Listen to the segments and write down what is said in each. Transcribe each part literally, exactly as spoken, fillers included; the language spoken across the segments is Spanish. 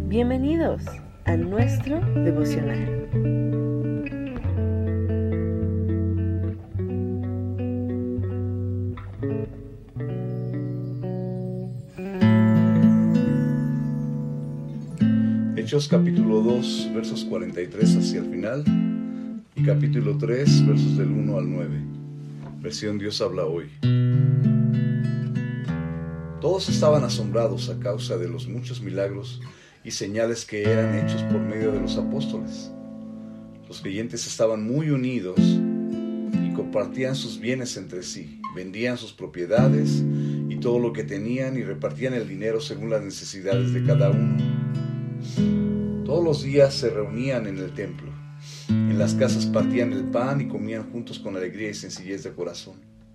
Bienvenidos a nuestro devocional. Hechos capítulo dos, versos cuarenta y tres hacia el final, y capítulo tres, versos del uno al nueve. Versión Dios habla hoy. Todos estaban asombrados a causa de los muchos milagros y señales que eran hechos por medio de los apóstoles. Los creyentes estaban muy unidos y compartían sus bienes entre sí, vendían sus propiedades y todo lo que tenían y repartían el dinero según las necesidades de cada uno. Todos los días se reunían en el templo. En las casas partían el pan y comían juntos con alegría y sencillez de corazón.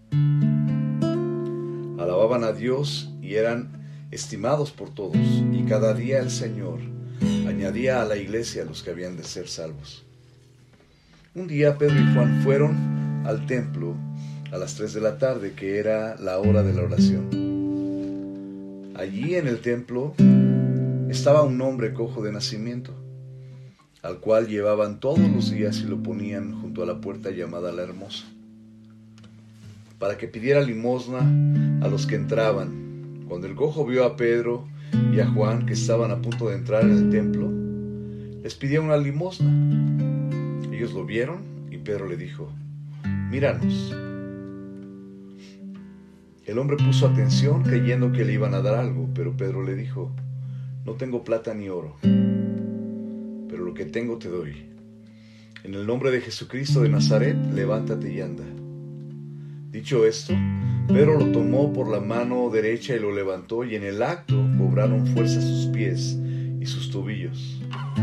Alababan a Dios y eran estimados por todos, y cada día el Señor añadía a la iglesia a los que habían de ser salvos. Un día Pedro y Juan fueron al templo a las tres de la tarde, que era la hora de la oración. Allí en el templo estaba un hombre cojo de nacimiento, al cual llevaban todos los días y lo ponían junto a la puerta llamada La Hermosa, para que pidiera limosna a los que entraban. Cuando el cojo vio a Pedro y a Juan, que estaban a punto de entrar en el templo, les pidió una limosna. Ellos lo vieron y Pedro le dijo: «Míranos». El hombre puso atención creyendo que le iban a dar algo, pero Pedro le dijo: «No tengo plata ni oro, pero lo que tengo te doy. En el nombre de Jesucristo de Nazaret, levántate y anda». Dicho esto, Pedro lo tomó por la mano derecha y lo levantó, y en el acto cobraron fuerza sus pies y sus tobillos.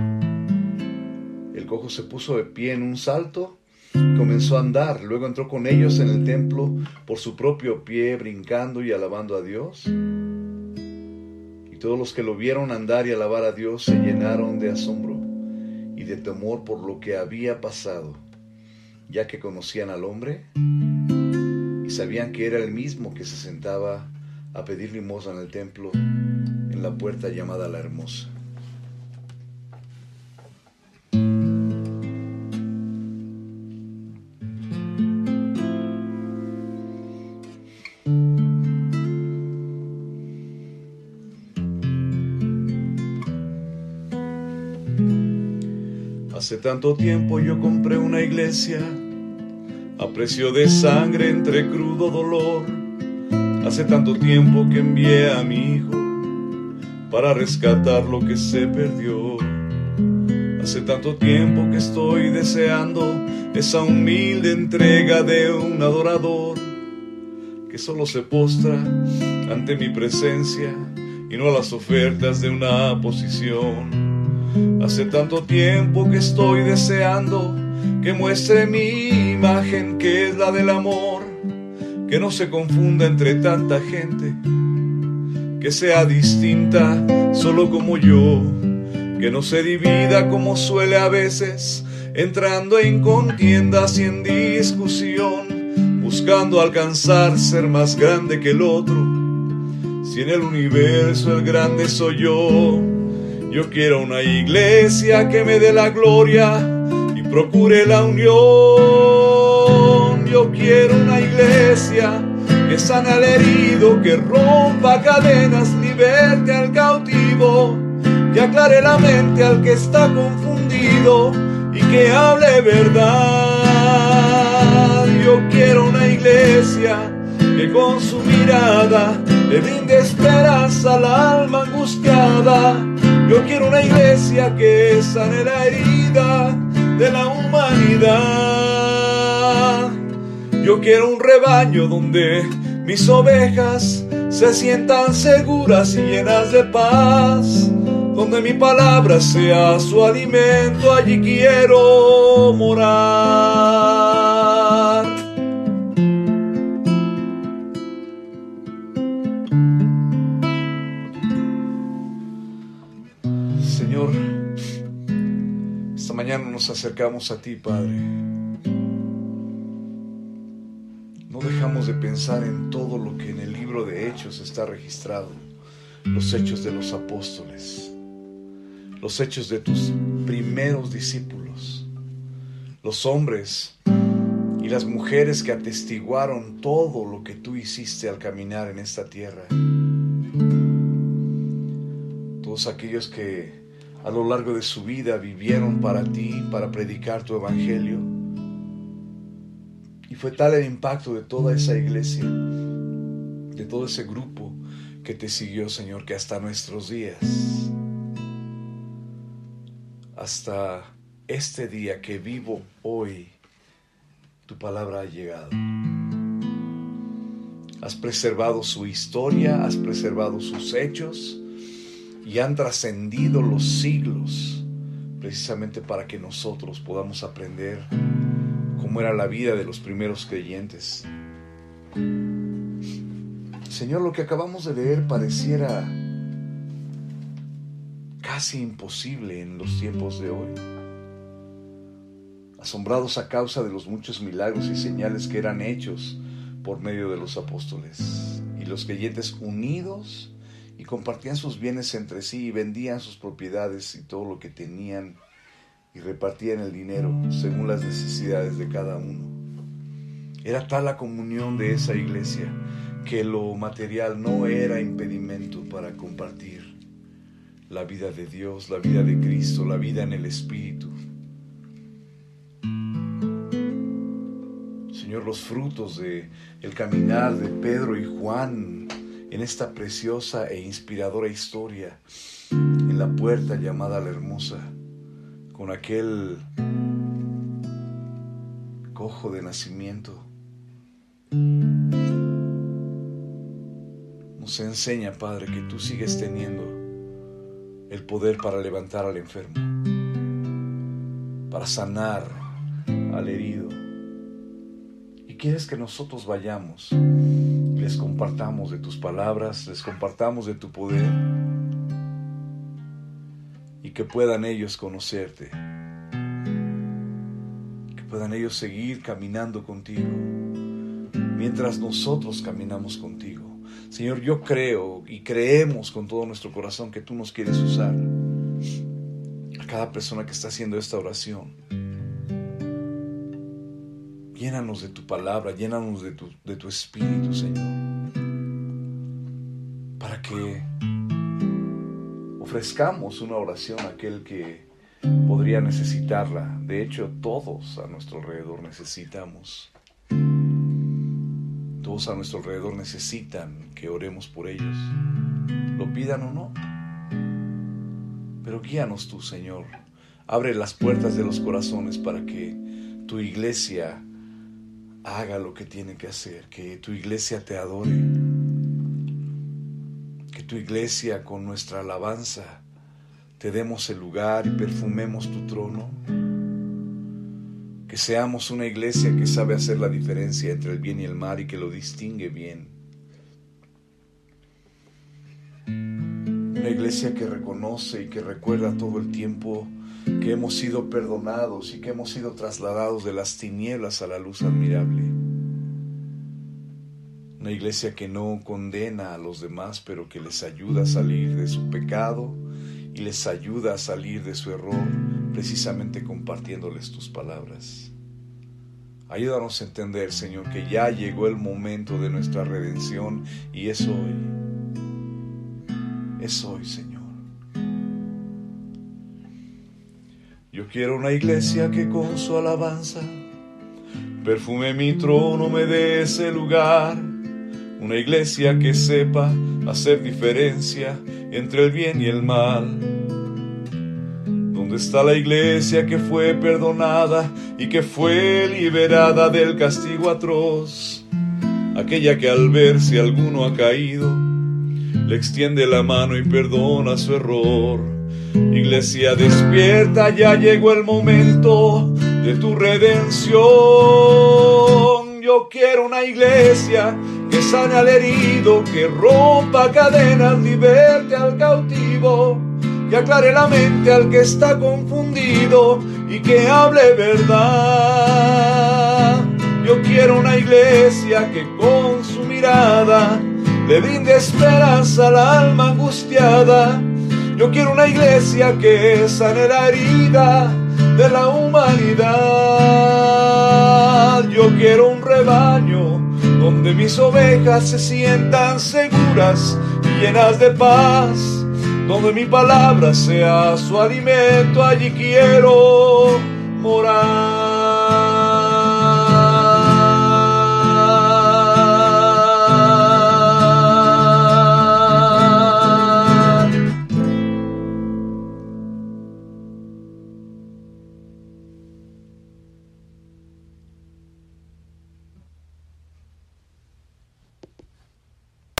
El cojo se puso de pie en un salto y comenzó a andar. Luego entró con ellos en el templo por su propio pie, brincando y alabando a Dios. Y todos los que lo vieron andar y alabar a Dios se llenaron de asombro y de temor por lo que había pasado, ya que conocían al hombre y sabían que era el mismo que se sentaba a pedir limosna en el templo, en la puerta llamada La Hermosa. Hace tanto tiempo yo compré una iglesia a precio de sangre entre crudo dolor. Hace tanto tiempo que envié a mi hijo para rescatar lo que se perdió. Hace tanto tiempo que estoy deseando esa humilde entrega de un adorador que solo se postra ante mi presencia y no a las ofertas de una posición. Hace tanto tiempo que estoy deseando que muestre mi imagen, que es la del amor, que no se confunda entre tanta gente, que sea distinta solo como yo, que no se divida como suele a veces, entrando en contiendas y en discusión, buscando alcanzar ser más grande que el otro. Si en el universo el grande soy yo, yo quiero una iglesia que me dé la gloria y procure la unión. Yo quiero una iglesia que sane al herido, que rompa cadenas, liberte al cautivo, que aclare la mente al que está confundido y que hable verdad. Yo quiero una iglesia que con su mirada le brinde esperanza al alma angustiada. Yo quiero una iglesia que sane la herida de la humanidad. Yo quiero un rebaño donde mis ovejas se sientan seguras y llenas de paz, donde mi palabra sea su alimento. Allí quiero morar. Señor, esta mañana nos acercamos a ti, Padre. No dejamos de pensar en todo lo que en el libro de Hechos está registrado, los hechos de los apóstoles. los hechos de tus primeros discípulos, los hombres y las mujeres que atestiguaron todo lo que tú hiciste al caminar en esta tierra. Todos aquellos que a lo largo de su vida vivieron para ti, para predicar tu evangelio. Y fue tal el impacto de toda esa iglesia, de todo ese grupo que te siguió, Señor, que hasta nuestros días, hasta este día que vivo hoy, tu palabra ha llegado. Has preservado su historia, has preservado sus hechos y han trascendido los siglos, precisamente para que nosotros podamos aprender cómo era la vida de los primeros creyentes. Señor, lo que acabamos de leer pareciera casi imposible en los tiempos de hoy. Asombrados a causa de los muchos milagros y señales que eran hechos por medio de los apóstoles, y los creyentes unidos y compartían sus bienes entre sí y vendían sus propiedades y todo lo que tenían y repartían el dinero según las necesidades de cada uno. Era tal la comunión de esa iglesia que lo material no era impedimento para compartir la vida de Dios, la vida de Cristo, la vida en el Espíritu. Señor, los frutos de el caminar de Pedro y Juan en esta preciosa e inspiradora historia en la puerta llamada La Hermosa, con aquel cojo de nacimiento, nos enseña, Padre, que tú sigues teniendo el poder para levantar al enfermo, para sanar al herido. Y quieres que nosotros vayamos y les compartamos de tus palabras, les compartamos de tu poder, y que puedan ellos conocerte, que puedan ellos seguir caminando contigo mientras nosotros caminamos contigo. Señor, yo creo y creemos con todo nuestro corazón que tú nos quieres usar. A cada persona que está haciendo esta oración, llénanos de tu palabra, llénanos de tu, de tu espíritu, Señor, para que ofrezcamos una oración a aquel que podría necesitarla. De hecho, todos a nuestro alrededor necesitamos. Todos a nuestro alrededor necesitan que oremos por ellos, lo pidan o no. Pero guíanos tú, Señor. Abre las puertas de los corazones para que tu iglesia haga lo que tiene que hacer, que tu iglesia te adore, que tu iglesia con nuestra alabanza te demos el lugar y perfumemos tu trono. Que seamos una iglesia que sabe hacer la diferencia entre el bien y el mal y que lo distingue bien. Una iglesia que reconoce y que recuerda todo el tiempo que hemos sido perdonados y que hemos sido trasladados de las tinieblas a la luz admirable. Una iglesia que no condena a los demás, pero que les ayuda a salir de su pecado y les ayuda a salir de su error, precisamente compartiéndoles tus palabras. Ayúdanos a entender, Señor, que ya llegó el momento de nuestra redención y es hoy. Es hoy, Señor. Yo quiero una iglesia que con su alabanza perfume mi trono, me dé ese lugar. Una iglesia que sepa hacer diferencia entre el bien y el mal. ¿Dónde está la iglesia que fue perdonada y que fue liberada del castigo atroz? Aquella que al ver si alguno ha caído, le extiende la mano y perdona su error. Iglesia despierta, ya llegó el momento de tu redención. Yo quiero una iglesia que sane al herido, que rompa cadenas, liberte al cautivo, que aclare la mente al que está confundido y que hable verdad. Yo quiero una iglesia que con su mirada le brinde esperanza al alma angustiada. Yo quiero una iglesia que sane la herida de la humanidad. Yo quiero un rebaño donde mis ovejas se sientan seguras y llenas de paz, donde mi palabra sea su alimento. Allí quiero